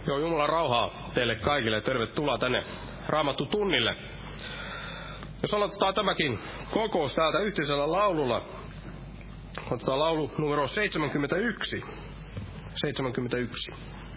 Joo, Jumalan rauhaa teille kaikille. Tervetuloa tänne Raamattu tunnille. Jos aloitetaan tämäkin kokous täältä yhteisellä laululla. Otetaan laulu numero 71. 71.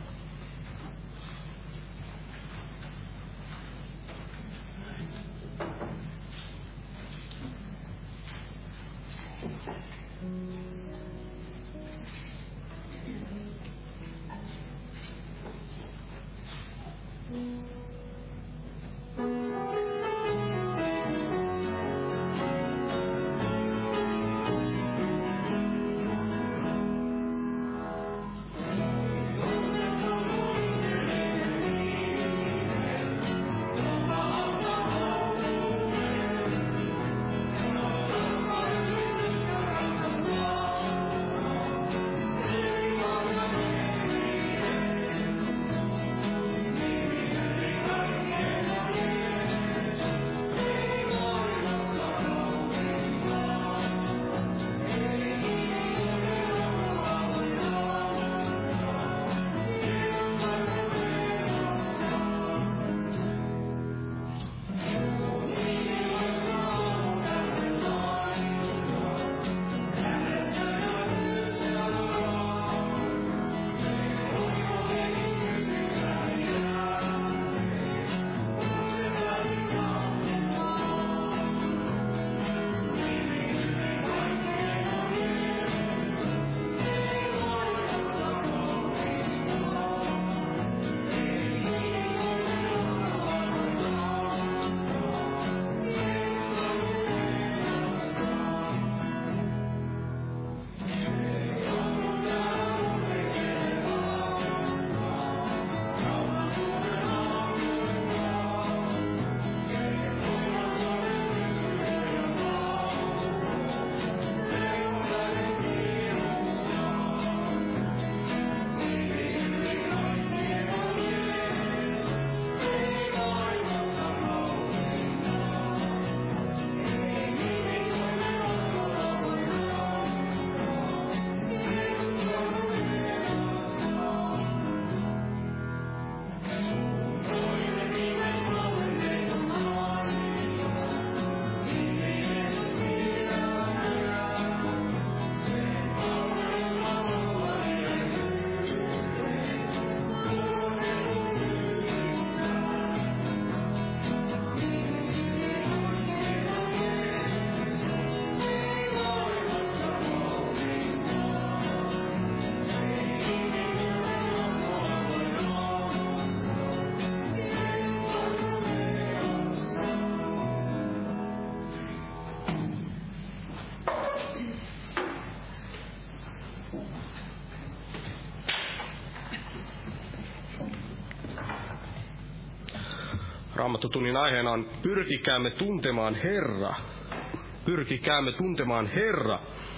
Raamattutunnin aiheena on pyrkikäämme tuntemaan Herra. Pyrkikäämme tuntemaan Herra.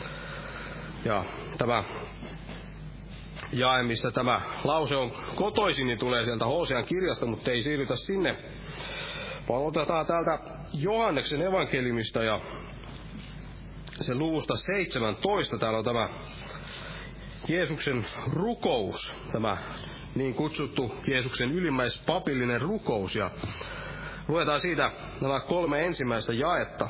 Ja tämä jae, mistä tämä lause on kotoisin, niin tulee sieltä Hosean kirjasta, mutta ei siirrytä sinne. Vaan otetaan täältä Johanneksen evankeliumista ja sen luvusta 17. Täällä on tämä Jeesuksen rukous, tämä niin kutsuttu Jeesuksen ylimmäispapillinen rukous, ja luetaan siitä nämä 3 ensimmäistä jaetta.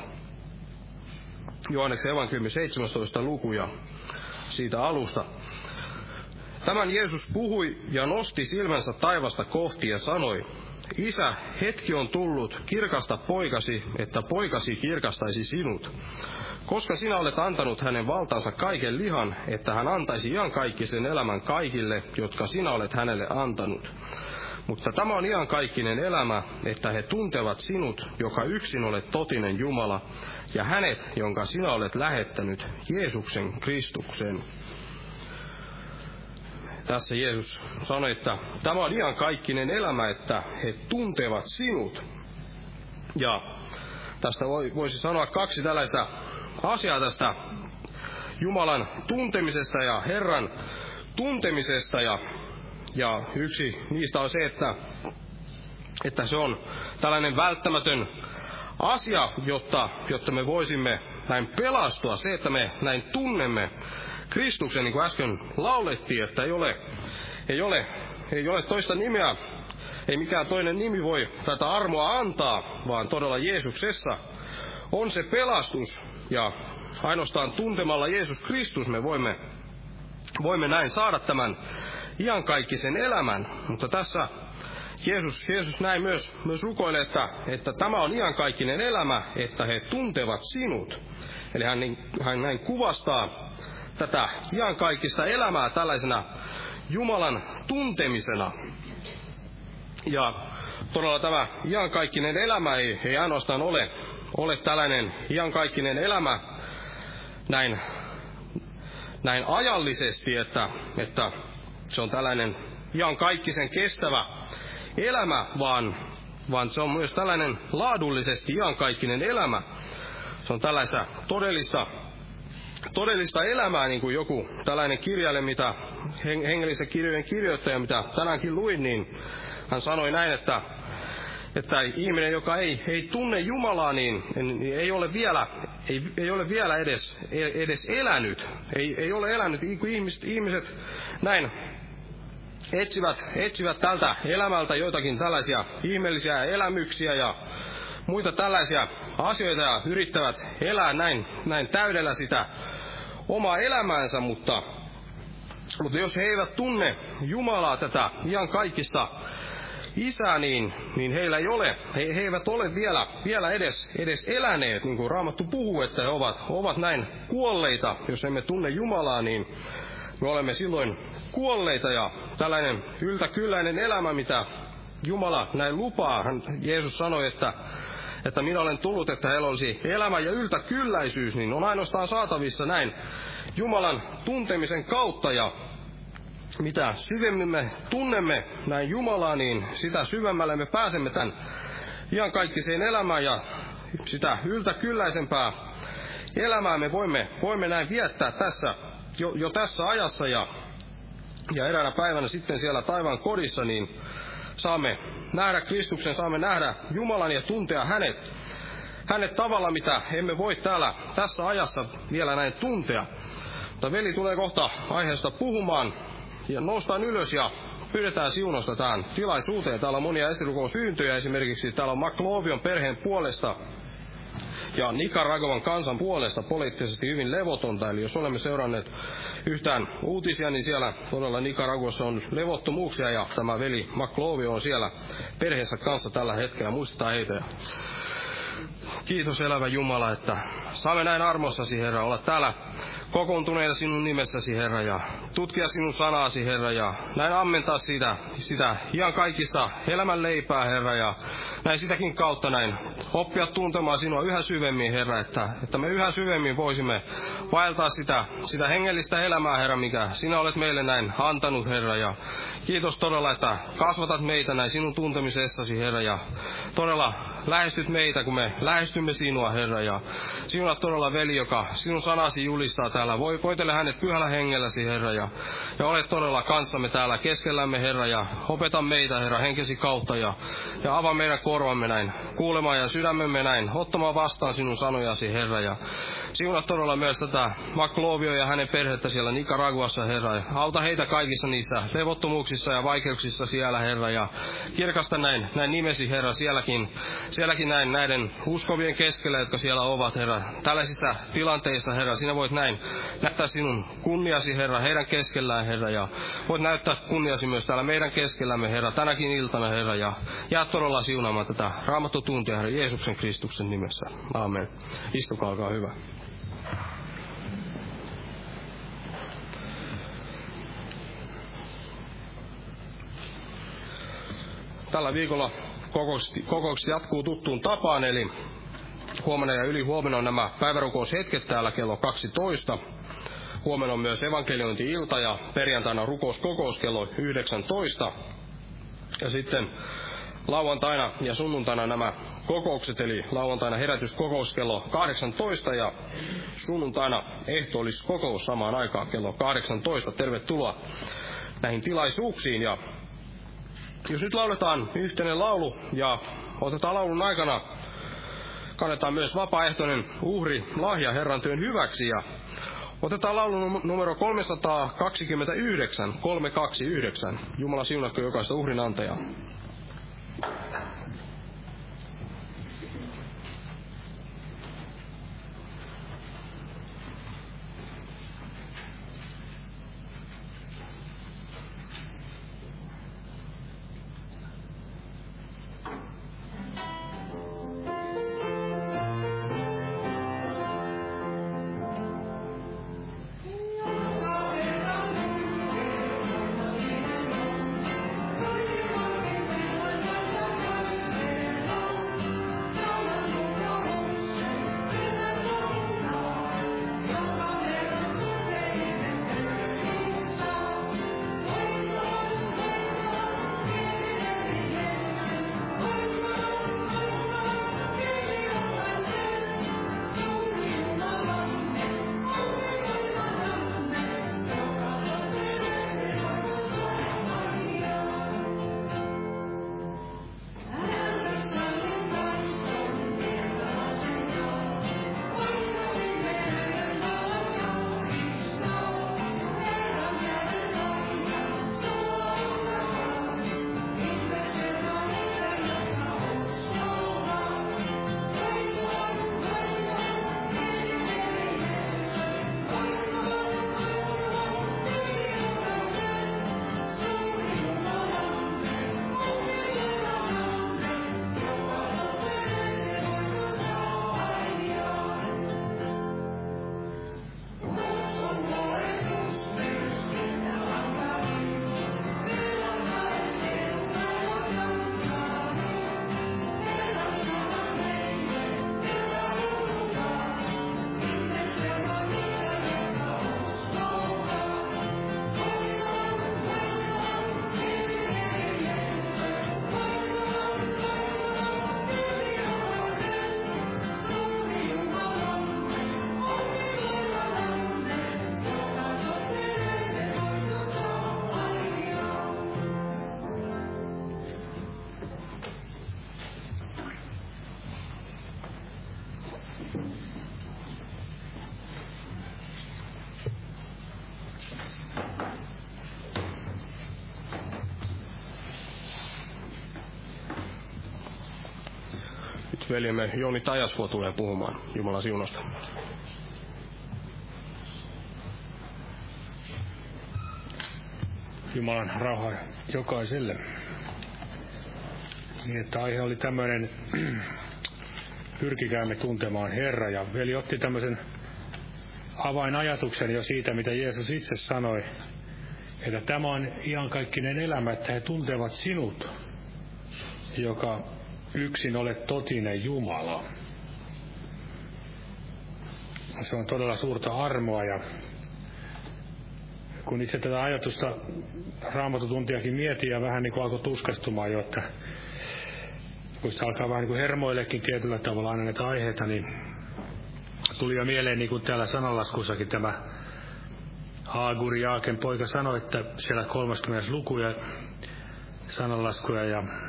Johanneksen evankeliumi 17. luku ja siitä alusta. Tämän Jeesus puhui ja nosti silmänsä taivasta kohti ja sanoi: Isä, hetki on tullut, kirkasta poikasi, että poikasi kirkastaisi sinut. Koska sinä olet antanut hänen valtansa kaiken lihan, että hän antaisi iankaikkisen elämän kaikille, jotka sinä olet hänelle antanut. Mutta tämä on iankaikkinen elämä, että he tuntevat sinut, joka yksin olet totinen Jumala, ja hänet, jonka sinä olet lähettänyt, Jeesuksen Kristuksen. Tässä Jeesus sanoi, että tämä on iankaikkinen elämä, että he tuntevat sinut. Ja tästä voisi sanoa 2 tällaista asiaa tästä Jumalan tuntemisesta ja Herran tuntemisesta. Ja yksi niistä on se, että se on tällainen välttämätön asia, jotta me voisimme näin pelastua. Se, että me näin tunnemme Kristuksen, niin kuin äsken laulettiin, että ei ole ei ole toista nimeä, ei mikään toinen nimi voi tätä armoa antaa, vaan todella Jeesuksessa on se pelastus. Ja ainoastaan tuntemalla Jeesus Kristus me voimme näin saada tämän iankaikkisen elämän. Mutta tässä Jeesus näin myös rukoilee, että tämä on iankaikkinen elämä, että he tuntevat sinut. Eli hän näin kuvastaa tätä iankaikkista elämää tällaisena Jumalan tuntemisena. Ja todella tämä iankaikkinen elämä ei ainoastaan ole tällainen iankaikkinen elämä näin ajallisesti, että se on tällainen iankaikkisen kestävä elämä, vaan se on myös tällainen laadullisesti iankaikkinen elämä. Se on tällaista todellista elämää, niin kuin joku tällainen kirjailija, mitä hengellisen kirjojen kirjoittaja, mitä tänäänkin luin, niin hän sanoi näin, että ihminen, joka ei tunne Jumalaa, niin ei ole vielä edes elänyt. Ei ole elänyt, kun ihmiset näin etsivät tältä elämältä joitakin tällaisia ihmeellisiä elämyksiä ja muita tällaisia asioita ja yrittävät elää näin täydellä sitä omaa elämäänsä, mutta jos he eivät tunne Jumalaa, tätä iankaikkista Isää, niin heillä ei ole, he eivät ole vielä edes eläneet, niin kuin Raamattu puhuu, että he ovat näin kuolleita. Jos emme tunne Jumalaa, niin me olemme silloin kuolleita, ja tällainen yltäkylläinen elämä, mitä Jumala näin lupaa. Jeesus sanoi, että minä olen tullut, että heillä olisi elämä ja yltäkylläisyys, niin on ainoastaan saatavissa näin Jumalan tuntemisen kautta, ja mitä syvemmin me tunnemme näin Jumalaa, niin sitä syvemmälle me pääsemme tämän iankaikkiseen elämään, ja sitä yltäkylläisempää elämää me voimme näin viettää tässä, jo tässä ajassa, ja eräänä päivänä sitten siellä taivaan kodissa, niin saamme nähdä Kristuksen, saamme nähdä Jumalan ja tuntea hänet tavalla, mitä emme voi tässä ajassa vielä näin tuntea. Mutta veli tulee kohta aiheesta puhumaan, ja noustaan ylös ja pyydetään siunosta tähän tilaisuuteen. Täällä on monia esirukouspyyntöjä, esimerkiksi täällä on McLovion perheen puolesta ja Nicaraguan kansan puolesta poliittisesti hyvin levotonta. Eli jos olemme seuranneet yhtään uutisia, niin siellä todella Nicaraguassa on levottomuuksia, ja tämä veli McLovio on siellä perheensä kanssa tällä hetkellä. Muistetaan heitä. Kiitos elävä Jumala, että saamme näin armossasi, Herra, olla täällä kokoontuneita sinun nimessäsi, Herra, ja tutkia sinun sanasi, Herra, ja näin ammentaa sitä ihan kaikista elämän leipää, Herra, ja näin sitäkin kautta näin oppia tuntemaan sinua yhä syvemmin, Herra, että me yhä syvemmin voisimme vaeltaa sitä hengellistä elämää, Herra, mikä sinä olet meille näin antanut, Herra, ja kiitos todella, että kasvatat meitä näin sinun tuntemisessasi, Herra, ja todella lähestyt meitä, kun me lähestymme sinua, Herra, ja sinua todella veli, joka sinun sanasi julistaa täällä. Voitele hänet pyhällä hengelläsi, Herra, ja olet todella kanssamme täällä keskellämme, Herra, ja opeta meitä, Herra, henkesi kautta, ja avaa meidän korvamme näin kuulemaan ja sydämemme näin ottamaan vastaan sinun sanojasi, Herra, ja siunaa todella myös tätä McLovio ja hänen perhettä siellä Nicaraguassa, Herra, ja auta heitä kaikissa niissä levottomuuksissa ja vaikeuksissa siellä, Herra, ja kirkasta näin nimesi, Herra, sielläkin näiden uskovien keskellä, jotka siellä ovat, Herra, tällaisissa tilanteissa, Herra, sinä voit näin näyttää sinun kunniasi, Herra, heidän keskellään, Herra, ja voit näyttää kunniasi myös täällä meidän keskellämme, Herra, tänäkin iltana, Herra, ja jää todella siunaamaan tätä Raamattotuntia, Herra, Jeesuksen Kristuksen nimessä. Aamen. Istukaa, olkaa hyvä. Tällä viikolla kokoukset jatkuu tuttuun tapaan, eli huomenna ja ylihuomenna on nämä päivärukoushetket täällä kello 12. Huomenna on myös evankeliointi-ilta ja perjantaina rukouskokous kello 19. Ja sitten lauantaina ja sunnuntaina nämä kokoukset, eli lauantaina herätyskokous kello 18 ja sunnuntaina ehtoolliskokous samaan aikaan kello 18. Tervetuloa näihin tilaisuuksiin. Ja jos nyt lauletaan yhteinen laulu ja otetaan laulun aikana, kannetaan myös vapaaehtoinen uhri lahja Herran työn hyväksi, ja Otetaan laulu numero 329, 329. Jumala siunatko jokaista uhrin antajaa. Veljemme Jouni Tajasvuo tulee puhumaan Jumalan siunosta. Jumalan rauha jokaiselle. Niin, että aihe oli tämmöinen, pyrkikäämme tuntemaan Herra. Ja veli otti tämmöisen avainajatuksen jo siitä, mitä Jeesus itse sanoi, että tämä on iankaikkinen elämä, että he tuntevat sinut, joka yksin olet totinen Jumala. Se on todella suurta armoa, ja kun itse tätä ajatusta Raamatutuntiakin mietin ja vähän niin kuin alkoi tuskastumaan jo, että kun se alkaa vähän niin kuin hermoillekin tietyllä tavalla aina näitä aiheita, niin tuli jo mieleen, niin kuin täällä sananlaskussakin tämä Aaguri Jaaken poika sanoi, että siellä 30. lukuja sananlaskuja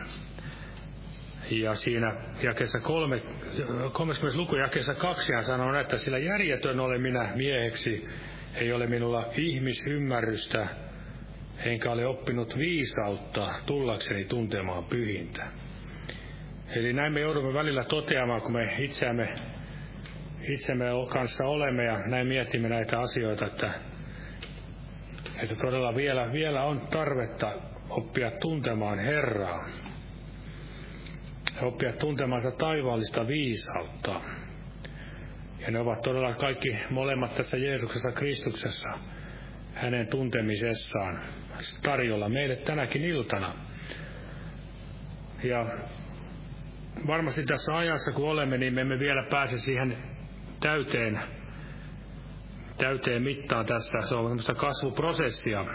ja siinä jakeessa 30. luku jakeessa 2 hän sanoo, että sillä järjetön olen minä mieheksi, ei ole minulla ihmisymmärrystä, enkä ole oppinut viisautta tullakseni tuntemaan pyhintä. Eli näin me joudumme välillä toteamaan, kun me itsemme kanssa olemme ja näin mietimme näitä asioita, että todella vielä on tarvetta oppia tuntemaan Herraa. Oppia tuntemaan sitä taivaallista viisautta. Ja ne ovat todella kaikki molemmat tässä Jeesuksessa Kristuksessa, hänen tuntemisessaan, tarjolla meille tänäkin iltana. Ja varmasti tässä ajassa, kun olemme, niin me emme vielä pääse siihen täyteen mittaan tässä. Se on semmoista kasvuprosessia.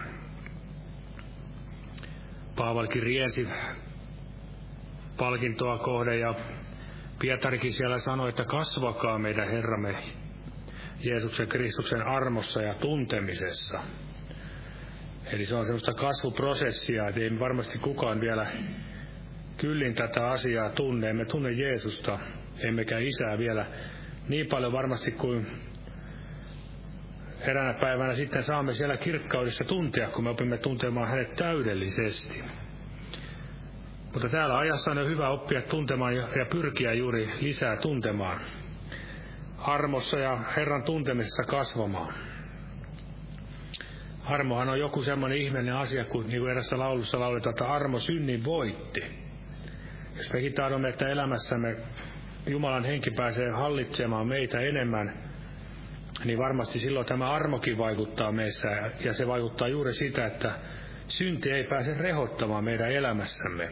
Paavalkin riensi palkintoa kohden ja Pietarikin siellä sanoi, että kasvakaa meidän Herramme Jeesuksen Kristuksen armossa ja tuntemisessa. Eli se on semmoista kasvuprosessia, että ei varmasti kukaan vielä kyllin tätä asiaa tunne. Emme tunne Jeesusta, emmekä Isää vielä niin paljon varmasti kuin eräänä päivänä sitten saamme siellä kirkkaudessa tuntea, kun me opimme tuntemaan hänet täydellisesti. Mutta täällä ajassa on jo hyvä oppia tuntemaan ja pyrkiä juuri lisää tuntemaan. Armossa ja Herran tuntemisessa kasvamaan. Armohan on joku semmoinen ihmeellinen asia, kun niin kuin erässä laulussa lauletaan, että armo synnin voitti. Jos mekin tahdomme, että elämässämme Jumalan henki pääsee hallitsemaan meitä enemmän, niin varmasti silloin tämä armokin vaikuttaa meissä. Ja se vaikuttaa juuri sitä, että synti ei pääse rehottamaan meidän elämässämme.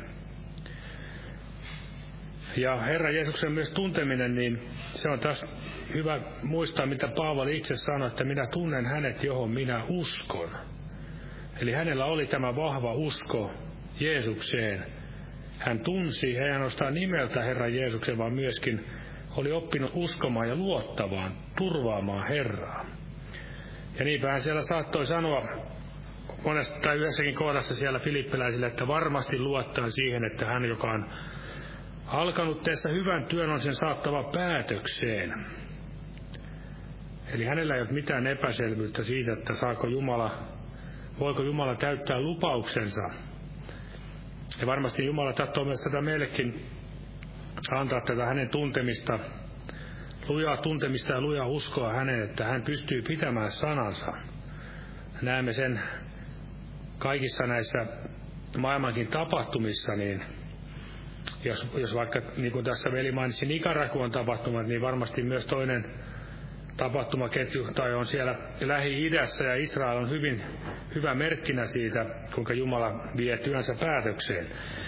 Ja Herran Jeesuksen myös tunteminen, niin se on taas hyvä muistaa, mitä Paavali itse sanoi, että minä tunnen hänet, johon minä uskon. Eli hänellä oli tämä vahva usko Jeesukseen. Hän tunsi, ei ainoastaan nimeltä Herran Jeesuksen, vaan myöskin oli oppinut uskomaan ja luottamaan, turvaamaan Herraa. Ja niinpä hän siellä saattoi sanoa monesta tai yhdessäkin kohdassa siellä filippiläisille, että varmasti luottaa siihen, että hän, joka on alkanut teissä hyvän työn, on sen saattava päätökseen. Eli hänellä ei ole mitään epäselvyyttä siitä, että voiko Jumala täyttää lupauksensa. Ja varmasti Jumala tahtoo myös tätä meillekin antaa tätä hänen lujaa tuntemista ja lujaa uskoa hänen, että hän pystyy pitämään sanansa. Näemme sen kaikissa näissä maailmankin tapahtumissa, niin jos vaikka, niin kuin tässä veli mainitsi, Nicaraguan tapahtumat, niin varmasti myös toinen tapahtumaketju tai on siellä Lähi-idässä, ja Israel on hyvin hyvä merkkinä siitä, kuinka Jumala vie työnsä päätökseen.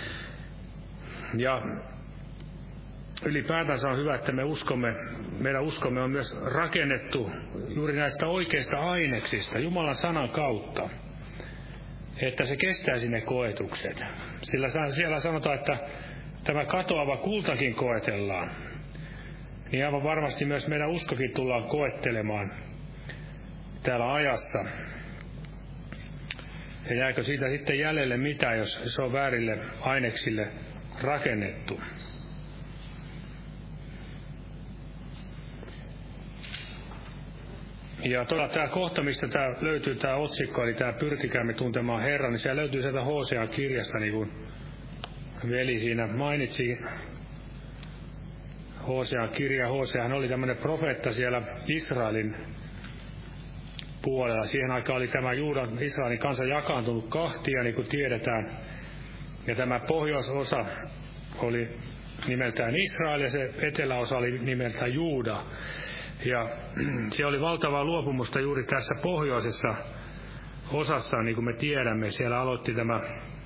Ja ylipäätänsä on hyvä, että meidän uskomme on myös rakennettu juuri näistä oikeista aineksista Jumalan sanan kautta, että se kestäisi ne koetukset. Sillä siellä sanotaan, että tämä katoava kultakin koetellaan. Niin aivan varmasti myös meidän uskokin tullaan koettelemaan täällä ajassa. Ja jääkö siitä sitten jäljelle mitään, jos se on väärille aineksille rakennettu. Ja tämä kohta, mistä löytyy tämä otsikko, eli tämä pyrkikäämme tuntemaan Herran, niin siellä löytyy sieltä Hosean kirjasta, niin kuin veli siinä mainitsi. Hosean kirja. Hoseahan oli tämmöinen profeetta siellä Israelin puolella. Siihen aikaan oli tämä Israelin kansa jakaantunut kahtia, niin kuin tiedetään. Ja tämä pohjoisosa oli nimeltään Israel ja se eteläosa oli nimeltään Juuda. Ja se oli valtavaa luopumusta juuri tässä pohjoisessa osassa, niin kuin me tiedämme. Siellä aloitti tämä,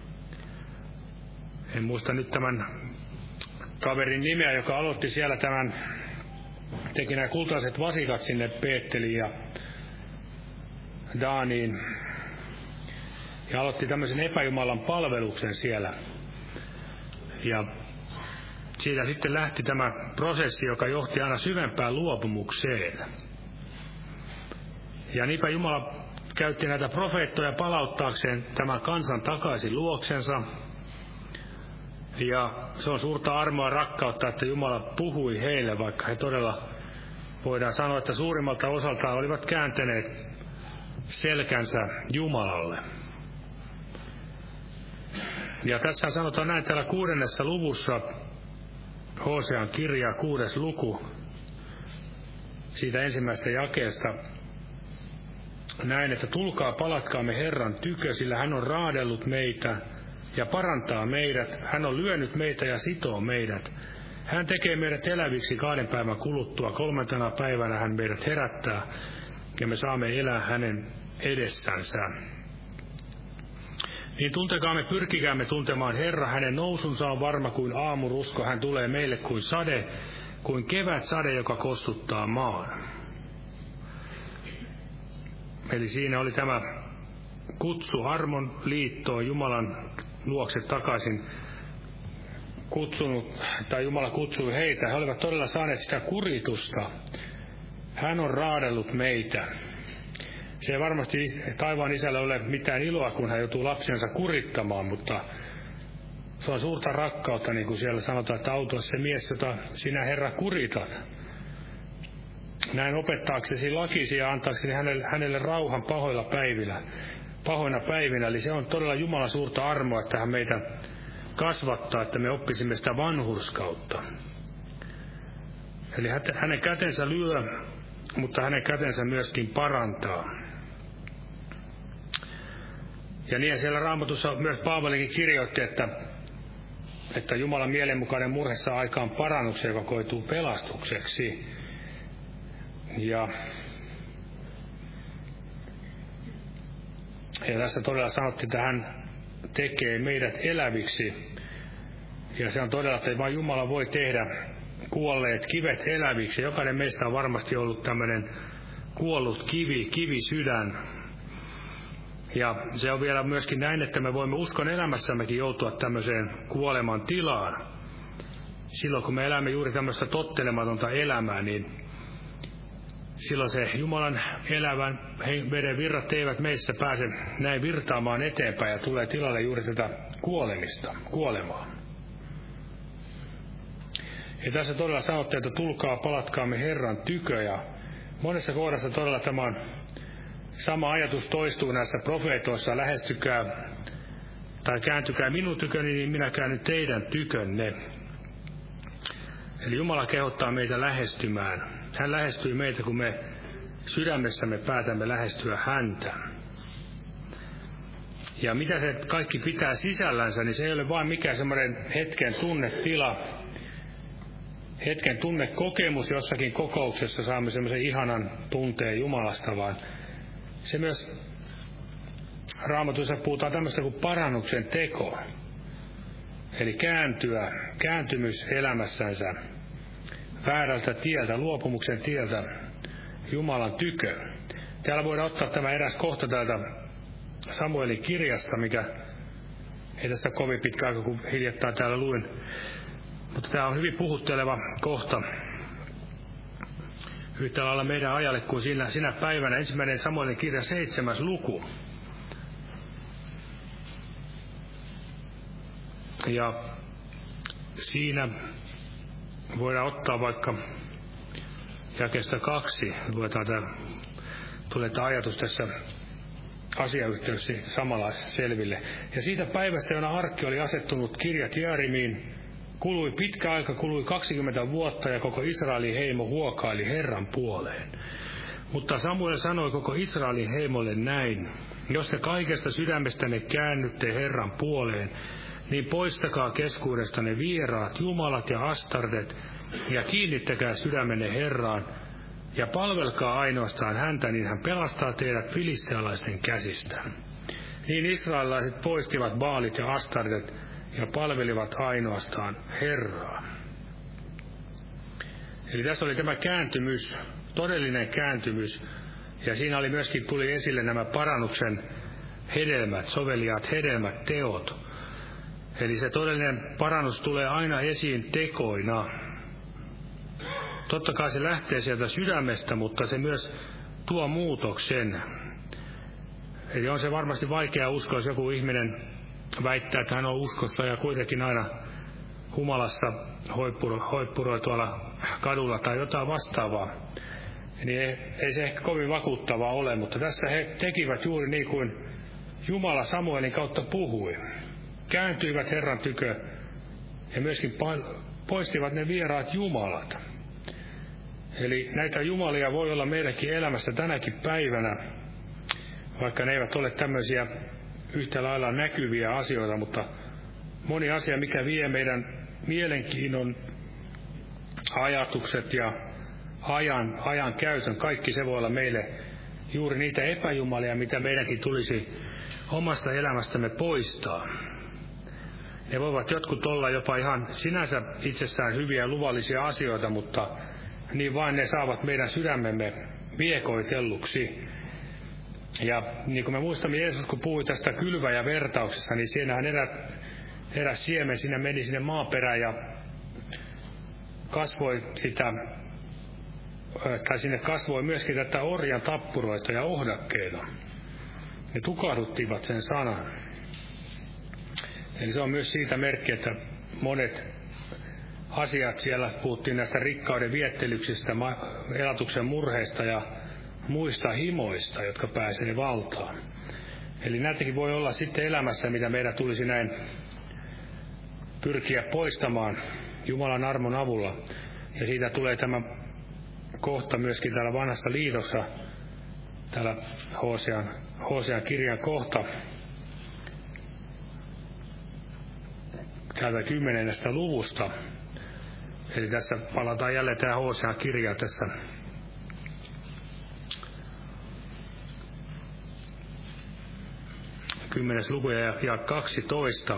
en muista nyt tämän kaverin nimeä, joka aloitti siellä teki nämä kultaiset vasikat sinne Beeteliin ja Daaniin. Ja aloitti tämmöisen epäjumalan palveluksen siellä. Ja siitä sitten lähti tämä prosessi, joka johti aina syvempään luopumukseen. Ja niinpä Jumala käytti näitä profeettoja palauttaakseen tämän kansan takaisin luoksensa. Ja se on suurta armoa ja rakkautta, että Jumala puhui heille, vaikka he todella, voidaan sanoa, että suurimmalta osaltaan olivat kääntäneet selkänsä Jumalalle. Ja tässä sanotaan näin täällä 6. luvussa, Hosean kirja, 6. luku, siitä ensimmäisestä jakeesta, näin, että tulkaa palatkaamme Herran tykö, sillä hän on raadellut meitä ja parantaa meidät, hän on lyönyt meitä ja sitoo meidät. Hän tekee meidät eläviksi 2 päivän kuluttua, 3. päivänä hän meidät herättää ja me saamme elää hänen edessänsä. Niin tuntekaamme, pyrkikäämme tuntemaan Herra, hänen nousunsa on varma kuin aamurusko, hän tulee meille kuin sade, kuin kevätsade, joka kostuttaa maan. Eli siinä oli tämä kutsu armon liittoon, Jumalan luokse takaisin kutsunut, tai Jumala kutsui heitä. He olivat todella saaneet sitä kuritusta. Hän on raadellut meitä. Se ei varmasti taivaan isällä ole mitään iloa, kun hän joutuu lapsiansa kurittamaan, mutta se on suurta rakkautta, niin kuin siellä sanotaan, että autua se mies, jota sinä Herra kuritat. näin opettaaksesi lakisi ja antaaksesi hänelle rauhan pahoina päivinä. Eli se on todella Jumalan suurta armoa, että hän meitä kasvattaa, että me oppisimme sitä vanhurskautta. Eli hänen kätensä lyö, mutta hänen kätensä myöskin parantaa. Ja niin siellä Raamatussa myös Paavalikin kirjoitti, että Jumalan mielenmukainen murhe saa aikaan parannuksen, joka koituu pelastukseksi. Ja tässä todella sanottiin, että hän tekee meidät eläviksi. Ja se on todella, että vain Jumala voi tehdä kuolleet kivet eläviksi. Jokainen meistä on varmasti ollut tämmöinen kuollut kivisydän. Ja se on vielä myöskin näin, että me voimme uskon elämässämmekin joutua tämmöiseen kuoleman tilaan. Silloin kun me elämme juuri tämmöistä tottelematonta elämää, niin silloin se Jumalan elävän veden virrat eivät meissä pääse näin virtaamaan eteenpäin ja tulee tilalle juuri tätä kuolemaa. Ja tässä todella sanotte, että tulkaa, palatkaamme Herran tykö. Ja monessa kohdassa todella tämä on sama ajatus toistuu näissä profeetoissa, lähestykää tai kääntykää minun tyköni, niin minä käännyn teidän tykönne. Eli Jumala kehottaa meitä lähestymään. Hän lähestyy meitä, kun me sydämessämme päätämme lähestyä häntä. Ja mitä se kaikki pitää sisällänsä, niin se ei ole vain mikään semmoinen hetken tunnetila, hetken tunnekokemus jossakin kokouksessa, saamme semmoisen ihanan tunteen Jumalasta, vaan se myös Raamatussa puhutaan tämmöistä kuin parannuksen teko. Eli kääntymys elämässänsä väärältä tieltä, luopumuksen tieltä Jumalan tykö. Täällä voidaan ottaa tämä eräs kohta täältä Samuelin kirjasta, mikä ei tässä kovin pitkä aika, kun hiljattain täällä luin. Mutta tämä on hyvin puhutteleva kohta yhtä lailla meidän ajalle kuin sinä päivänä. 1. Samuelin kirja 7. luku. Ja siinä voidaan ottaa vaikka jakeesta 2. Luetaan tulee tämä ajatus tässä asiayhteydessä samalla selville. Ja siitä päivästä, jona arkki oli asettunut Kirjat Jearimiin, kului pitkä aika, kului 20 vuotta, ja koko Israelin heimo huokaili Herran puoleen. Mutta Samuel sanoi koko Israelin heimolle näin: jos te kaikesta sydämestänne käännytte Herran puoleen, niin poistakaa keskuudestanne vieraat jumalat ja astartet, ja kiinnittäkää sydämenne Herraan, ja palvelkaa ainoastaan häntä, niin hän pelastaa teidät filistealaisten käsistä. Niin israelilaiset poistivat baalit ja astartet, ja palvelivat ainoastaan Herraa. Eli tässä oli tämä kääntymys, todellinen kääntymys, ja siinä oli myöskin tuli esille nämä parannuksen hedelmät, soveliaat hedelmät, teot. Eli se todellinen parannus tulee aina esiin tekoina. Totta kai se lähtee sieltä sydämestä, mutta se myös tuo muutoksen. Eli on se varmasti vaikea uskoa, jos joku ihminen väittää, että hän on uskossa ja kuitenkin aina humalassa hoippuroi tuolla kadulla tai jotain vastaavaa. Niin ei se ehkä kovin vakuuttavaa ole, mutta tässä he tekivät juuri niin kuin Jumala Samuelin kautta puhui. Kääntyivät Herran tykö ja myöskin poistivat ne vieraat jumalat. Eli näitä jumalia voi olla meidänkin elämässä tänäkin päivänä, vaikka ne eivät ole tämmöisiä yhtä lailla näkyviä asioita, mutta moni asia, mikä vie meidän mielenkiinnon, ajatukset ja ajan käytön, kaikki se voi olla meille juuri niitä epäjumalia, mitä meidänkin tulisi omasta elämästämme poistaa. Ne voivat jotkut olla jopa ihan sinänsä itsessään hyviä ja luvallisia asioita, mutta niin vain ne saavat meidän sydämemme viekoitelluksi. Ja niin kuin me muistamme, Jeesus kun puhui tästä kylväjävertauksessa, niin siinähän eräs siemen siinä meni sinne maaperään ja kasvoi sitä, tai sinne kasvoi myöskin tätä orjan tappuroita ja ohdakkeita. Ne tukahduttivat sen sanan. Eli se on myös siitä merkki, että monet asiat. Siellä puhuttiin näistä rikkauden viettelyksistä, elatuksen murheista ja muista himoista, jotka pääsee valtaan. Eli näitäkin voi olla sitten elämässä, mitä meidän tulisi näin pyrkiä poistamaan Jumalan armon avulla. Ja siitä tulee tämä kohta myöskin täällä vanhassa liitossa, täällä Hosean kirjan kohta, täältä 10. luvusta. Eli tässä palataan jälleen tämä Hosean kirja tässä. Kymmenes luku ja 12.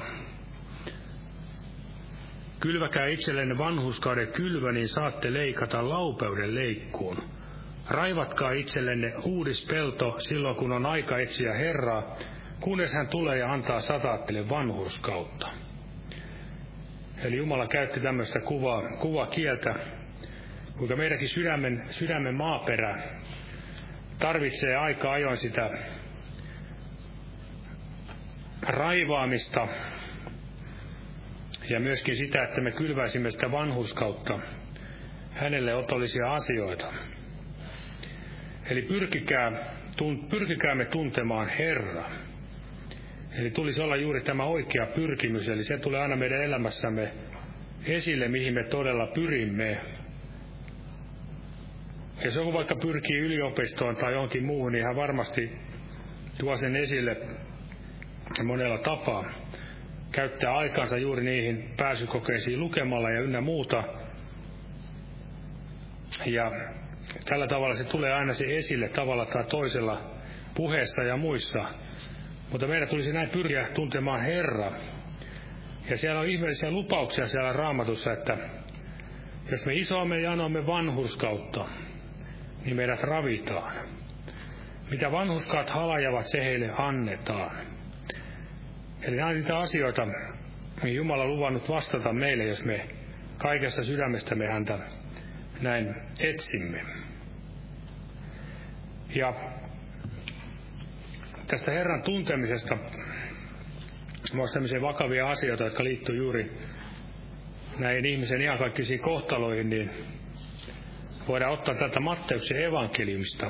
Kylväkää itsellenne vanhurskauden kylvö, niin saatte leikata laupeuden leikkuun. Raivatkaa itsellenne uudispelto silloin, kun on aika etsiä Herraa, kunnes hän tulee ja antaa sataattele vanhurskautta. Eli Jumala käytti tämmöistä kuvakieltä, kuinka meidänkin sydämen maaperä tarvitsee aika ajoin sitä raivaamista ja myöskin sitä, että me kylväisimme sitä vanhurskautta, hänelle otollisia asioita. Eli pyrkikäämme tuntemaan Herraa. Eli tulisi olla juuri tämä oikea pyrkimys, eli se tulee aina meidän elämässämme esille, mihin me todella pyrimme. Ja se on vaikka pyrkii yliopistoon tai johonkin muuhun, niin hän varmasti tuo sen esille monella tapaa. Käyttää aikansa juuri niihin pääsykokeisiin lukemalla ja ynnä muuta. Ja tällä tavalla se tulee aina se esille tavalla tai toisella puheessa ja muissa. Mutta meidän tulisi näin pyrkiä tuntemaan Herra. Ja siellä on ihmeellisiä lupauksia siellä Raamatussa, että jos me isoamme ja anomme vanhurskautta, niin meidät ravitaan. Mitä vanhurskaat halajavat, se heille annetaan. Eli nämä on niitä asioita, mihin Jumala on luvannut vastata meille, jos me kaikessa sydämestämme häntä näin etsimme. Ja tästä Herran tuntemisesta on tämmöisiä vakavia asioita, jotka liittyy juuri näihin ihmisen iankaikkisiin kohtaloihin, niin voidaan ottaa tätä Matteuksen evankeliumista.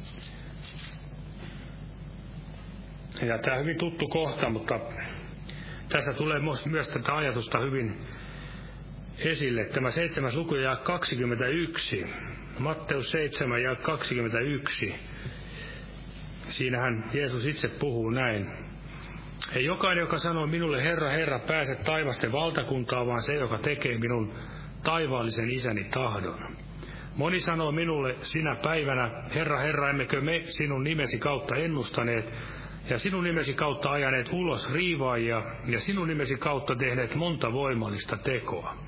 Ja tämä on hyvin tuttu kohta, mutta tässä tulee myös tätä ajatusta hyvin esille. Tämä 7. luku ja 21. Matteus 7 ja 21. Siinähän Jeesus itse puhuu näin. Ei jokainen, joka sanoo minulle Herra, Herra, pääse taivasten valtakuntaan, vaan se, joka tekee minun taivaallisen isäni tahdon. Moni sanoo minulle sinä päivänä, Herra, Herra, emmekö me sinun nimesi kautta ennustaneet, ja sinun nimesi kautta ajaneet ulos riivaajia, ja sinun nimesi kautta tehneet monta voimallista tekoa.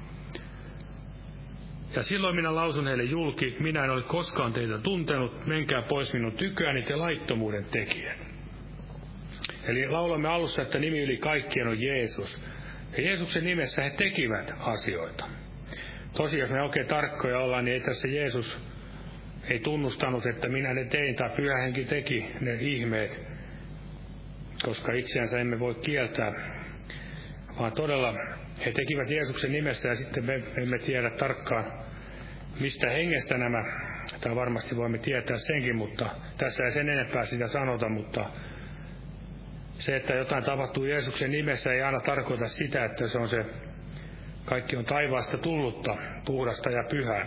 Ja silloin minä lausun heille julki, minä en ole koskaan teitä tuntenut, menkää pois minun tyköäni te laittomuuden tekijät. Eli laulamme alussa, että nimi yli kaikkien on Jeesus. Ja Jeesuksen nimessä he tekivät asioita. Tosiaan, jos me oikein tarkkoja ollaan, niin ei tässä Jeesus ei tunnustanut, että minä ne tein, tai Pyhä Henki teki ne ihmeet, koska itseänsä emme voi kieltää, vaan todella he tekivät Jeesuksen nimessä, ja sitten me emme tiedä tarkkaan, mistä hengestä nämä, tai varmasti voimme tietää senkin, mutta tässä ei sen enempää sitä sanota, mutta se, että jotain tapahtuu Jeesuksen nimessä, ei aina tarkoita sitä, että se on se, kaikki on taivaasta tullutta, puhdasta ja pyhää.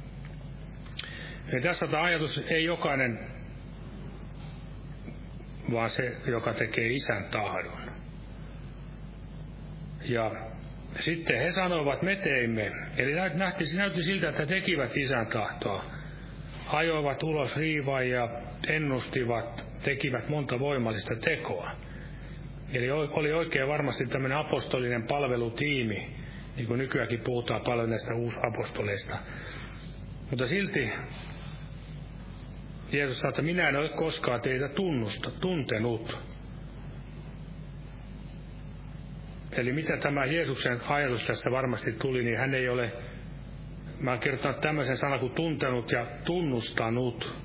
Ja tässä tämä ajatus ei jokainen, vaan se, joka tekee isän tahdon. Ja sitten he sanoivat, me teimme. Eli näytti siltä, että tekivät isän tahtoa. Ajoivat ulos riivaajia, ennustivat, tekivät monta voimallista tekoa. Eli oli oikein varmasti tämmöinen apostolinen palvelutiimi, niin kuin nykyäänkin puhutaan paljon näistä uusapostoleista. Mutta silti Jeesus sanoi, että minä en ole koskaan teitä tuntenut. Eli mitä tämä Jeesuksen ajatus tässä varmasti tuli, niin hän ei ole, mä oon kirjoittanut tämmöisen sanan kuin tuntenut ja tunnustanut.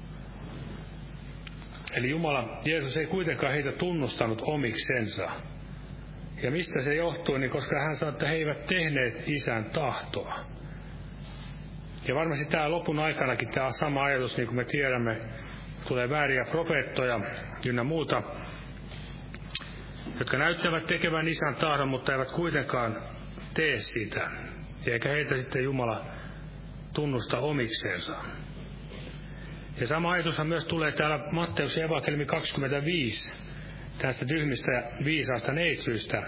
Eli Jeesus ei kuitenkaan heitä tunnustanut omiksensa. Ja mistä se johtuu, niin koska hän sanoi, että he eivät tehneet isän tahtoa. Ja varmasti tämä lopun aikanakin tämä sama ajatus, niin kuin me tiedämme, tulee vääriä profeettoja ynnä muuta, jotka näyttävät tekevän Isän tahdon, mutta eivät kuitenkaan tee sitä. Eikä heitä sitten Jumala tunnusta omikseensa. Ja sama ajatushan myös tulee täällä Matteuksen evankeliumi 25, tästä tyhmistä ja viisaasta neitsyistä.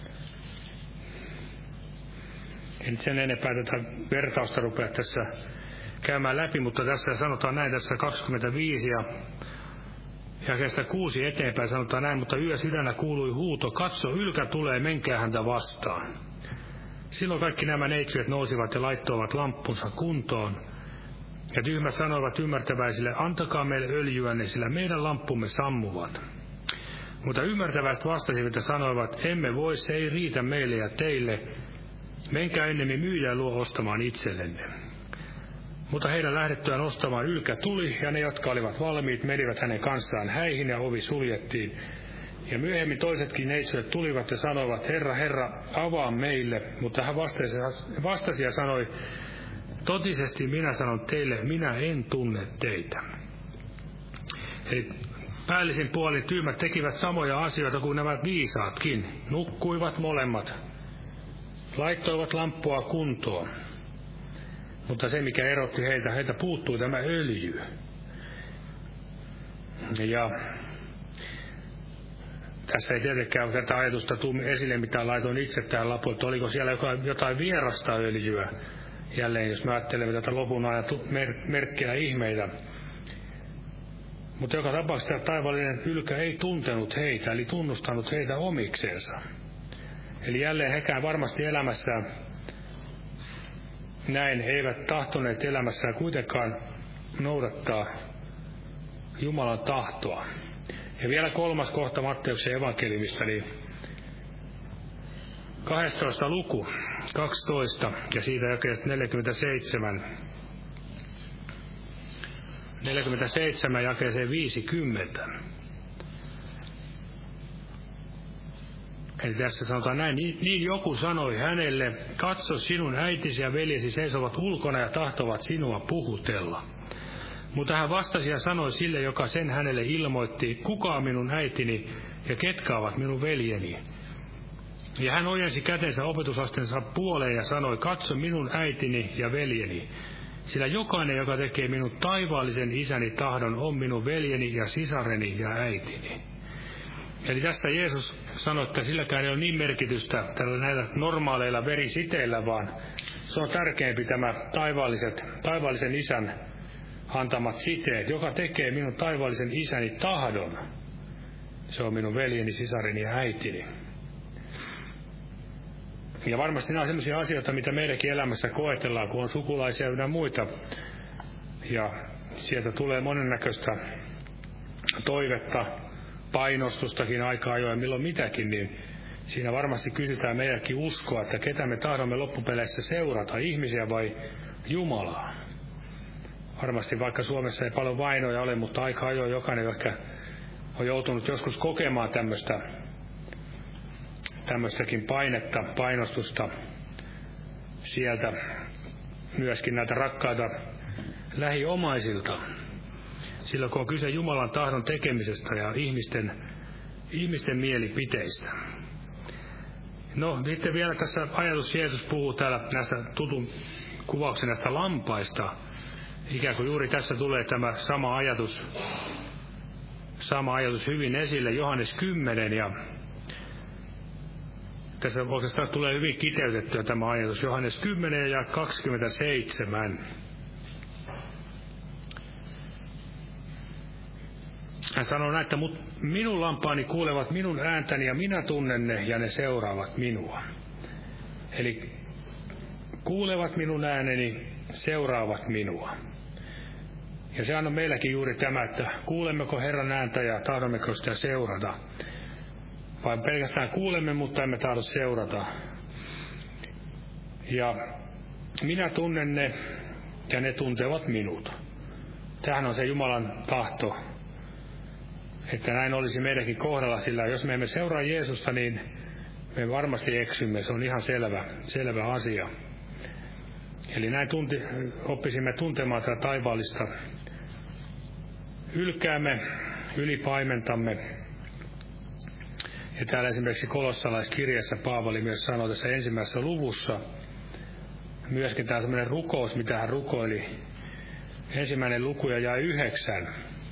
En sen enempää tätä vertausta rupea tässä käymään läpi, mutta tässä sanotaan näin, tässä 25 ja jakeesta 6 eteenpäin sanotaan näin, mutta yösydännä kuului huuto, katso, ylkä tulee, menkää häntä vastaan. Silloin kaikki nämä neitsyet nousivat ja laittoivat lamppunsa kuntoon. Ja tyhmät sanoivat ymmärtäväisille, antakaa meille öljyänne, sillä meidän lamppumme sammuvat. Mutta ymmärtäväiset vastasivat ja sanoivat, emme voi, se ei riitä meille ja teille. Menkää ennemmin myyjää luo ostamaan itsellenne. Mutta heidän lähdettyään ostamaan ylkä tuli, ja ne, jotka olivat valmiit, menivät hänen kanssaan häihin, ja ovi suljettiin. Ja myöhemmin toisetkin neitsyet tulivat ja sanoivat, Herra, Herra, avaa meille. Mutta hän vastasi ja sanoi, totisesti minä sanon teille, minä en tunne teitä. Eli päällisin puolin tyhmät tekivät samoja asioita kuin nämä viisaatkin. Nukkuivat molemmat. Laittoivat lamppua kuntoon. Mutta se, mikä erotti heiltä puuttui tämä öljy. Ja tässä ei tietenkään tätä ajatusta tule esille, mitä laitoin itse tähän lapuun, että oliko siellä jotain vierasta öljyä. Jälleen, jos me ajattelemme tätä lopun ajan merkkejä ihmeitä. Mutta joka tapauksessa taivallinen ylkä ei tuntenut heitä, eli tunnustanut heitä omikseensa. Eli jälleen hekään varmasti elämässään näin eivät tahtoneet elämässään kuitenkaan noudattaa Jumalan tahtoa. Ja vielä 3. kohta Matteuksen evankeliumista, niin 12. luku, 12, ja siitä jakeesta 47. 47 jakeeseen 50. Eli tässä sanotaan näin, niin joku sanoi hänelle, katso sinun äitisi ja veljesi seisovat ulkona ja tahtovat sinua puhutella. Mutta hän vastasi ja sanoi sille, joka sen hänelle ilmoitti, kuka on minun äitini ja ketkä ovat minun veljeni. Ja hän ojensi kätensä opetusastensa puoleen ja sanoi, katso minun äitini ja veljeni. Sillä jokainen, joka tekee minun taivaallisen isäni tahdon, on minun veljeni ja sisareni ja äitini. Eli tässä Jeesus sanoi, että silläkään ei ole niin merkitystä näillä normaaleilla verisiteillä, vaan se on tärkeämpi tämä taivaallisen isän antamat siteet. Joka tekee minun taivaallisen isäni tahdon, se on minun veljeni, sisareni ja äitini. Ja varmasti nämä on sellaisia asioita, mitä meidänkin elämässä koetellaan, kun on sukulaisia ja muita. Ja sieltä tulee monennäköistä toivetta, painostustakin aika ajoin, milloin mitäkin, niin siinä varmasti kysytään meidänkin uskoa, että ketä me tahdomme loppupeleissä seurata, ihmisiä vai Jumalaa. Varmasti vaikka Suomessa ei paljon vainoja ole, mutta aika ajoin jokainen ehkä on joutunut joskus kokemaan tämmöistäkin painetta, painostusta sieltä, myöskin näitä rakkaita lähiomaisilta. Silloin kun on kyse Jumalan tahdon tekemisestä ja ihmisten mielipiteistä. No, sitten vielä tässä ajatus, Jeesus puhuu täällä näistä tutun kuvauksen näistä lampaista. Ikään kuin juuri tässä tulee tämä sama ajatus hyvin esille, Johannes 10, ja tässä oikeastaan tulee hyvin kiteytettyä tämä ajatus, Johannes 10 ja 27. Hän sanoo näin, että minun lampaani kuulevat minun ääntäni ja minä tunnen ne ja ne seuraavat minua. Eli kuulevat minun ääneni, seuraavat minua. Ja sehän on meilläkin juuri tämä, että kuulemmeko Herran ääntä ja tahdommeko sitä seurata. Vai pelkästään kuulemme, mutta emme tahdo seurata. Ja minä tunnen ne ja ne tuntevat minut. Tämähän on se Jumalan tahto, että näin olisi meidänkin kohdalla, sillä jos me emme seuraa Jeesusta, niin me varmasti eksymme. Se on ihan selvä asia. Eli näin oppisimme tuntemaan tätä taivaallista ylkäämme, ylipaimentamme. Ja täällä esimerkiksi kolossalaiskirjassa Paavali myös sanoo tässä 1. luvussa, myöskin tämä sellainen rukous, mitä hän rukoili, 1. luku ja jae 9.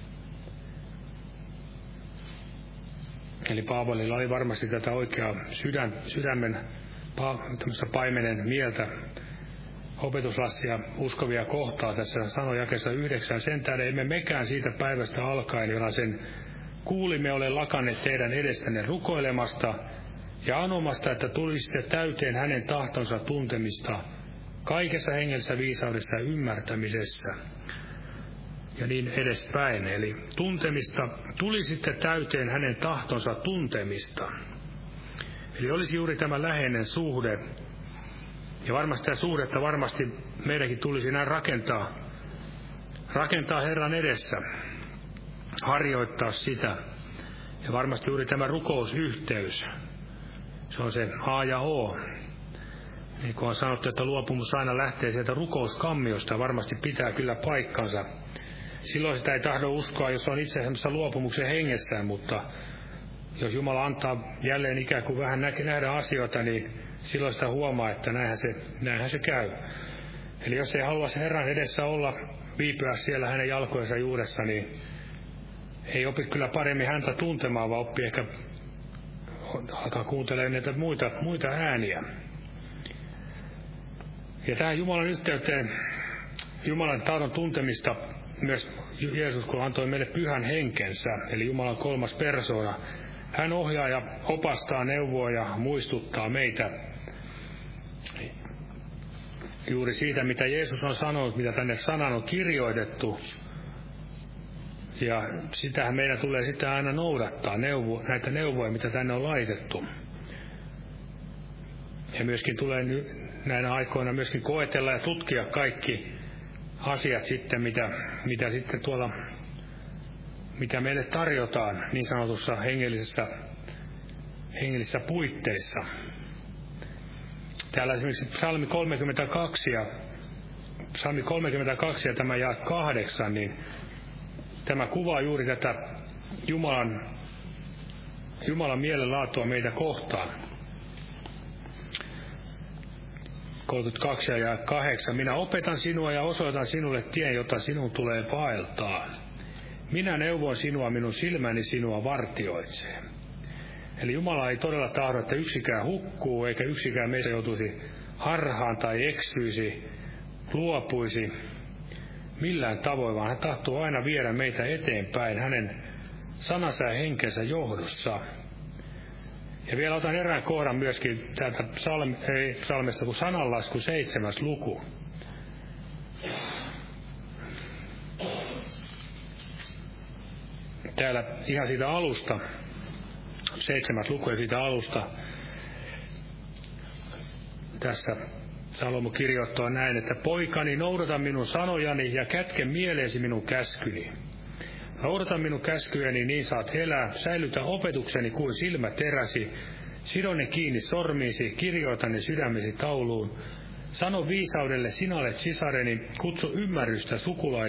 Eli Paavalilla oli varmasti tätä oikeaa sydämen paimenen mieltä opetuslastia uskovia kohtaa tässä sanoi jakeessa 9. Sen tähden emme mekään siitä päivästä alkaen, jona sen kuulimme, ole lakanneet teidän edestänne rukoilemasta ja anomasta, että tulisitte täyteen hänen tahtonsa tuntemista kaikessa hengellisessä viisaudessa ja ymmärtämisessä. Ja niin edespäin. Eli tuntemista, tulisitte täyteen hänen tahtonsa tuntemista. Eli olisi juuri tämä läheinen suhde. Ja varmasti tämä suhdetta meidänkin tulisi näin rakentaa Herran edessä, harjoittaa sitä. Ja varmasti juuri tämä rukousyhteys, se on se A ja O. Niin kuin on sanottu, että luopumus aina lähtee sieltä rukouskammiosta ja varmasti pitää kyllä paikkansa. Silloin sitä ei tahdo uskoa, jos on itse asiassa luopumuksen hengessään, mutta jos Jumala antaa jälleen ikään kuin vähän nähdä asioita, niin silloin sitä huomaa, että näinhän se käy. Eli jos ei halua Herran edessä olla, viipyä siellä hänen jalkojensa juuressa, niin ei opi kyllä paremmin häntä tuntemaan, vaan oppii ehkä alkaa kuuntelemaan näitä muita ääniä. Ja tähän Jumalan yhteyteen, Jumalan tahdon tuntemista, myös Jeesus, kun antoi meille pyhän henkensä, eli Jumalan 3. persoona, hän ohjaa ja opastaa, neuvoo ja muistuttaa meitä juuri siitä, mitä Jeesus on sanonut, mitä tänne sanaan on kirjoitettu. Ja sitähän meidän tulee sitten aina noudattaa, näitä neuvoja, mitä tänne on laitettu. Ja myöskin tulee näinä aikoina myöskin koetella ja tutkia kaikki asiat sitten, mitä sitten tuolla, mitä meille tarjotaan niin sanotussa hengellisissä puitteissa. Täällä esimerkiksi Psalmi 32 ja tämä jae 8, niin tämä kuvaa juuri tätä Jumalan mielenlaatua meitä kohtaan. 32 ja 8. Minä opetan sinua ja osoitan sinulle tien, jota sinun tulee vaeltaa. Minä neuvon sinua, minun silmäni sinua vartioitsee. Eli Jumala ei todella tahdo, että yksikään hukkuu, eikä yksikään meistä joutuisi harhaan tai eksyisi, luopuisi millään tavoin, vaan hän tahtoo aina viedä meitä eteenpäin hänen sanansa ja henkensä johdossa. Ja vielä otan erään kohdan myöskin täältä psalmista kuin sananlasku 7. luku. Täällä ihan siitä alusta, 7. luku ja siitä alusta. Tässä Salomo kirjoittaa näin, että poikani, noudata minun sanojani ja kätke mieleesi minun käskyni. Noudata minun käskyjäni, niin saat elää, säilytä opetukseni kuin silmäteräsi, sido ne kiinni sormiisi, kirjoita ne sydämesi tauluun. Sano viisaudelle, sinä olet sisareni, kutsu ymmärrystä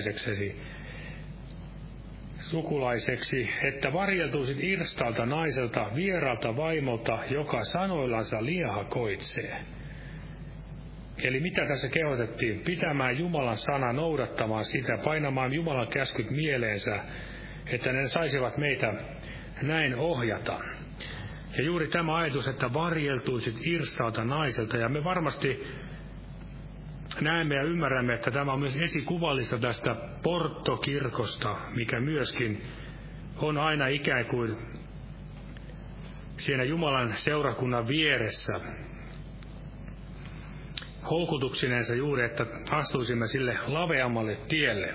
sukulaiseksi, että varjeltuisit irstalta naiselta, vieraalta vaimolta, joka sanoillansa liehakoitsee. Eli mitä tässä kehotettiin? Pitämään Jumalan sana, noudattamaan sitä, painamaan Jumalan käskyt mieleensä, että ne saisivat meitä näin ohjata. Ja juuri tämä ajatus, että varjeltuisit irstalta naiselta, ja me varmasti näemme ja ymmärrämme, että tämä on myös esikuvallista tästä Porto-kirkosta, mikä myöskin on aina ikään kuin siinä Jumalan seurakunnan vieressä houkutuksinensa juuri, että astuisimme sille laveammalle tielle.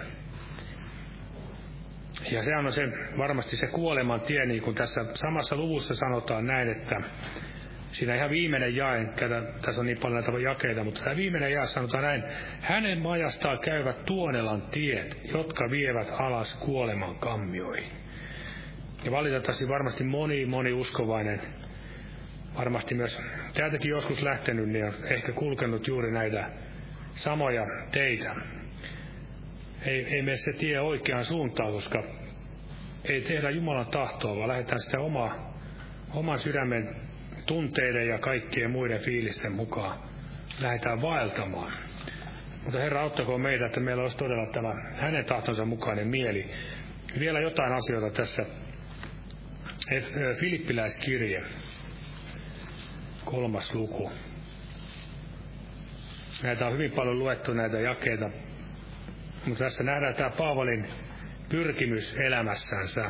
Ja se on varmasti se kuoleman tie, niin kuin tässä samassa luvussa sanotaan näin, että siinä ihan viimeinen jae, tässä on niin paljon näitä jakeita, mutta tämä viimeinen jae sanotaan näin, hänen majastaan käyvät Tuonelan tiet, jotka vievät alas kuoleman kammioihin. Ja valitettavasti varmasti moni uskovainen, varmasti myös täältäkin joskus lähtenyt, niin on ehkä kulkenut juuri näitä samoja teitä. Ei mene se tie oikeaan suuntaan, koska ei tehdä Jumalan tahtoa, vaan lähdetään sitä oman sydämen tunteiden ja kaikkien muiden fiilisten mukaan. Lähdetään vaeltamaan. Mutta Herra, auttakoon meitä, että meillä olisi todella tämä hänen tahtonsa mukainen mieli. Vielä jotain asioita tässä. Filippiläiskirje, 3. luku. Näitä on hyvin paljon luettu näitä jakeita. Mutta tässä nähdään tämä Paavalin pyrkimys elämässänsä.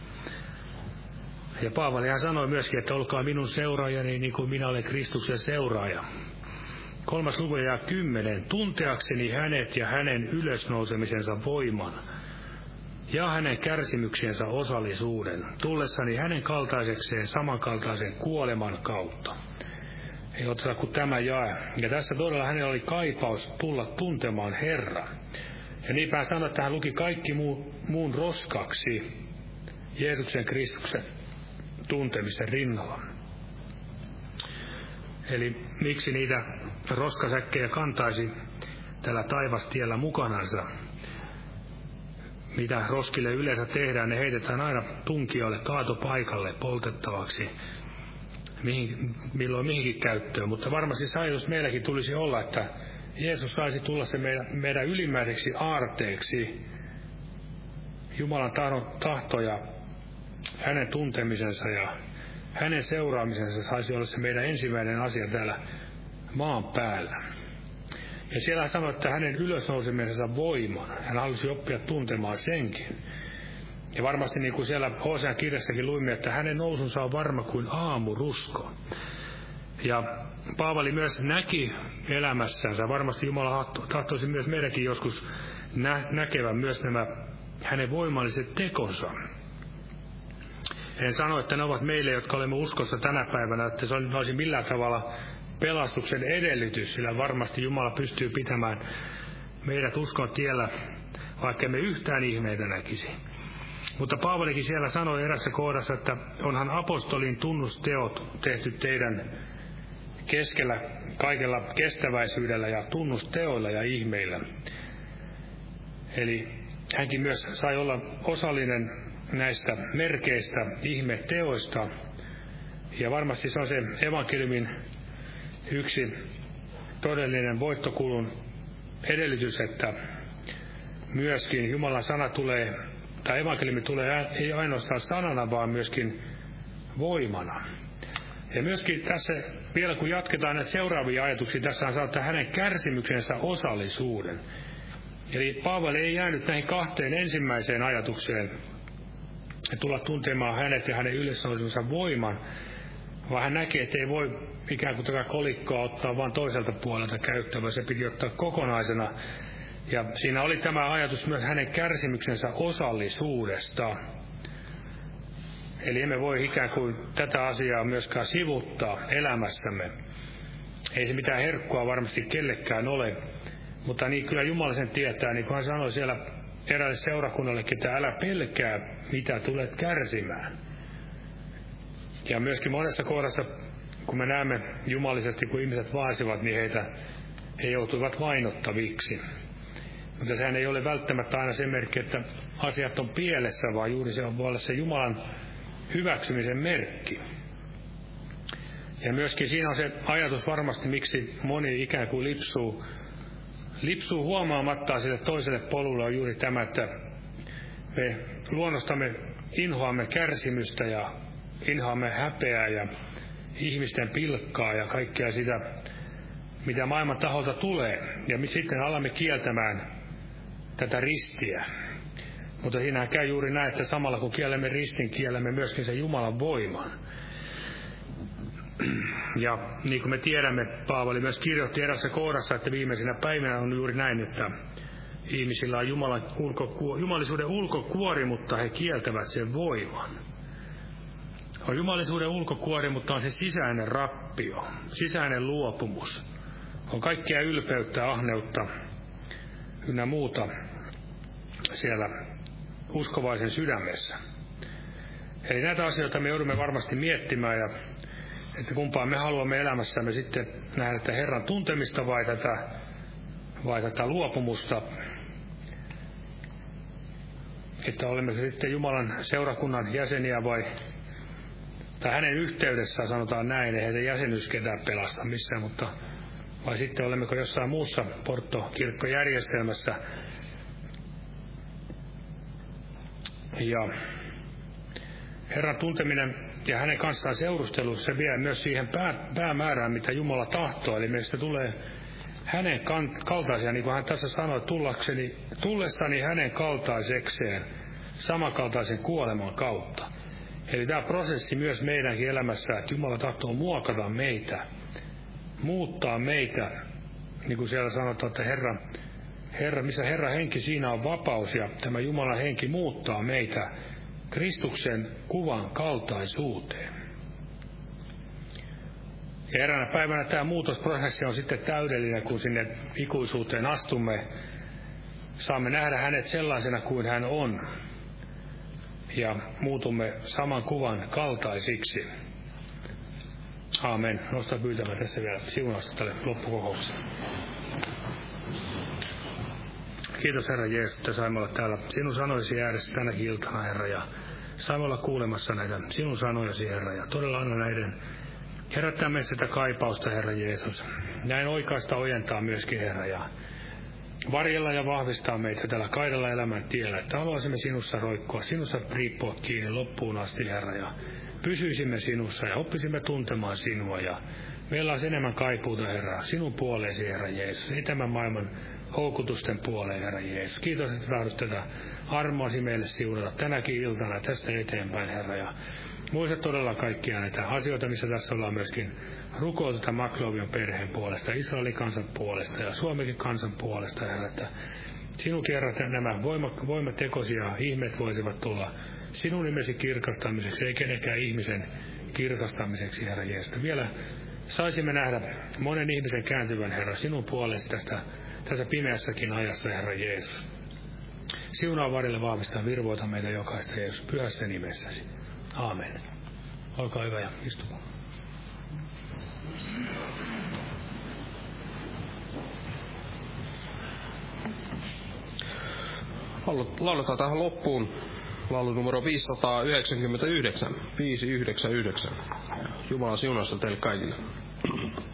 Ja Paavalihan sanoi myöskin, että olkaa minun seuraajani niin kuin minä olen Kristuksen seuraaja. 3. luku ja 10. Tunteakseni hänet ja hänen ylösnousemisensa voiman ja hänen kärsimyksiensä osallisuuden, tullessani hänen kaltaisekseen samankaltaisen kuoleman kautta. Ei oteta kuin tämä jae. Ja tässä todella hänellä oli kaipaus tulla tuntemaan Herran. Ja niinpä hän sanoi, että hän luki kaikki muun roskaksi Jeesuksen Kristuksen tuntemisen rinnalla. Eli miksi niitä roskasäkkejä kantaisi tällä taivastiellä mukanansa? Mitä roskille yleensä tehdään, ne heitetään aina tunkijoille kaatopaikalle poltettavaksi, milloin mihinkin käyttöön. Mutta varmasti se ajatus meilläkin tulisi olla, että Jeesus saisi tulla se meidän ylimmäiseksi aarteeksi. Jumalan tahto ja hänen tuntemisensa ja hänen seuraamisensa saisi olla se meidän ensimmäinen asia täällä maan päällä. Ja siellä hän sanoi, että hänen ylösnousemisensa voiman. Hän halusi oppia tuntemaan senkin. Ja varmasti niin kuin siellä Hosean kirjassakin luimme, että hänen nousunsa on varma kuin aamurusko. Ja Paavali myös näki elämässänsä, varmasti Jumala tahtoisi myös meidänkin joskus näkevän myös nämä hänen voimalliset tekonsa. En sano, että ne ovat meille, jotka olemme uskossa tänä päivänä, että se olisi millään tavalla pelastuksen edellytys, sillä varmasti Jumala pystyy pitämään meidät uskon tiellä, vaikka me yhtään ihmeitä näkisi. Mutta Paavalikin siellä sanoi erässä kohdassa, että onhan apostolin tunnusteot tehty teidän keskellä kaikella kestäväisyydellä ja tunnusteoilla ja ihmeillä. Eli hänkin myös sai olla osallinen näistä merkeistä, ihmeteoista. Ja varmasti se on se evankeliumin yksi todellinen voittokulun edellytys, että myöskin Jumalan sana tulee, tai evankeliumi tulee ei ainoastaan sanana, vaan myöskin voimana. Ja myöskin tässä, vielä kun jatketaan näitä seuraavia ajatuksia, tässä on saattaa hänen kärsimyksensä osallisuuden. Eli Paavali ei jäänyt näihin kahteen ensimmäiseen ajatukseen, tulla tuntemaan hänet ja hänen ylösnousemansa voiman, vaan hän näkee, että ei voi ikään kuin tätä kolikkoa ottaa vain toiselta puolelta käyttöön, vaan se piti ottaa kokonaisena. Ja siinä oli tämä ajatus myös hänen kärsimyksensä osallisuudesta. Eli emme voi ikään kuin tätä asiaa myöskään sivuttaa elämässämme. Ei se mitään herkkua varmasti kellekään ole, mutta niin kyllä Jumala sen tietää, niin kuin hän sanoi siellä eräälle seurakunnallekin, että älä pelkää, mitä tulet kärsimään. Ja myöskin monessa kohdassa, kun me näemme jumalisesti, kun ihmiset vaasivat, niin he joutuivat vainottaviksi. Mutta sehän ei ole välttämättä aina se merkki, että asiat on pielessä, vaan juuri se voi olla se Jumalan hyväksymisen merkki. Ja myöskin siinä on se ajatus varmasti, miksi moni ikään kuin lipsuu huomaamattaan sille toiselle polulle, on juuri tämä, että me luonnostamme inhoamme kärsimystä ja inhoamme häpeää ja ihmisten pilkkaa ja kaikkea sitä, mitä maailman taholta tulee. Ja sitten alamme kieltämään tätä ristiä. Mutta siinähän käy juuri näin, että samalla kun kiellämme ristin, kiellämme myöskin sen Jumalan voiman. Ja niin kuin me tiedämme, Paavali myös kirjoitti erässä kohdassa, että viimeisinä päivinä on juuri näin, että ihmisillä on jumalisuuden ulkokuori, mutta he kieltävät sen voiman. On jumalisuuden ulkokuori, mutta on se sisäinen rappio, sisäinen luopumus. On kaikkea ylpeyttä, ahneutta ynnä muuta siellä uskovaisen sydämessä. Eli näitä asioita me joudumme varmasti miettimään, ja että kumpaan me haluamme elämässämme sitten nähdä tätä Herran tuntemista vai tätä vai tätä luopumusta, että olemmeko sitten Jumalan seurakunnan jäseniä tai hänen yhteydessään sanotaan näin, eihän se jäsenyys ketään pelasta missään, mutta vai sitten olemmeko jossain muussa Porto-kirkkojärjestelmässä. Ja Herran tunteminen ja hänen kanssaan seurustelu, se vie myös siihen päämäärään, mitä Jumala tahtoo. Eli meistä tulee hänen kaltaisia, niin kuin hän tässä sanoi, tullessani hänen kaltaisekseen, samankaltaisen kuoleman kautta. Eli tämä prosessi myös meidänkin elämässä, että Jumala tahtoo muokata meitä, muuttaa meitä, niin kuin siellä sanotaan, että Herra, missä Herran henki, siinä on vapaus, ja tämä Jumalan henki muuttaa meitä Kristuksen kuvan kaltaisuuteen. Ja eräänä päivänä tämä muutosprosessi on sitten täydellinen, kun sinne ikuisuuteen astumme. Saamme nähdä hänet sellaisena kuin hän on. Ja muutumme saman kuvan kaltaisiksi. Aamen. Nosta pyytämään tässä vielä siunausta tälle loppukokoukselle. Kiitos Herra Jeesus, että saimme olla täällä sinun sanoisi ääressä tänäkin iltana, Herra, ja saimme olla kuulemassa näitä sinun sanojasi, Herra, ja todella anna näiden herättää meissä sitä kaipausta, Herra Jeesus. Näin oikaista ojentaa myöskin, Herra, ja varjella ja vahvistaa meitä tällä kaidalla elämän tiellä, että haluaisimme sinussa roikkua, sinussa riippua kiinni loppuun asti, Herra, ja pysyisimme sinussa ja oppisimme tuntemaan sinua, ja meillä olisi enemmän kaipuuta, Herra, sinun puoleesi, Herra Jeesus, ei tämän maailman houkutusten puoleen, Herra Jeesus. Kiitos, että tahdot tätä armoasi meille siunata tänäkin iltana tästä eteenpäin, Herra. Ja muista todella kaikkia näitä asioita, missä tässä ollaan myöskin rukoiltu tämän Maklovion perheen puolesta, Israelin kansan puolesta ja Suomenkin kansan puolesta, Herra, että sinun kerrat nämä voimatekoisia ja ihmeet voisivat tulla sinun nimesi kirkastamiseksi, ei kenenkään ihmisen kirkastamiseksi, Herra Jeesus. Vielä saisimme nähdä monen ihmisen kääntyvän, Herra, sinun puolesi tässä pimeässäkin ajassa, Herra Jeesus. Siunaa varille vahvistaa, virvoita meitä jokaista, Jeesus, pyhässä nimessäsi. Aamen. Olkaa hyvä ja istukaa. Lauletaan tähän loppuun laulu numero 599, 599. Jumalan siunausta teille kaikille.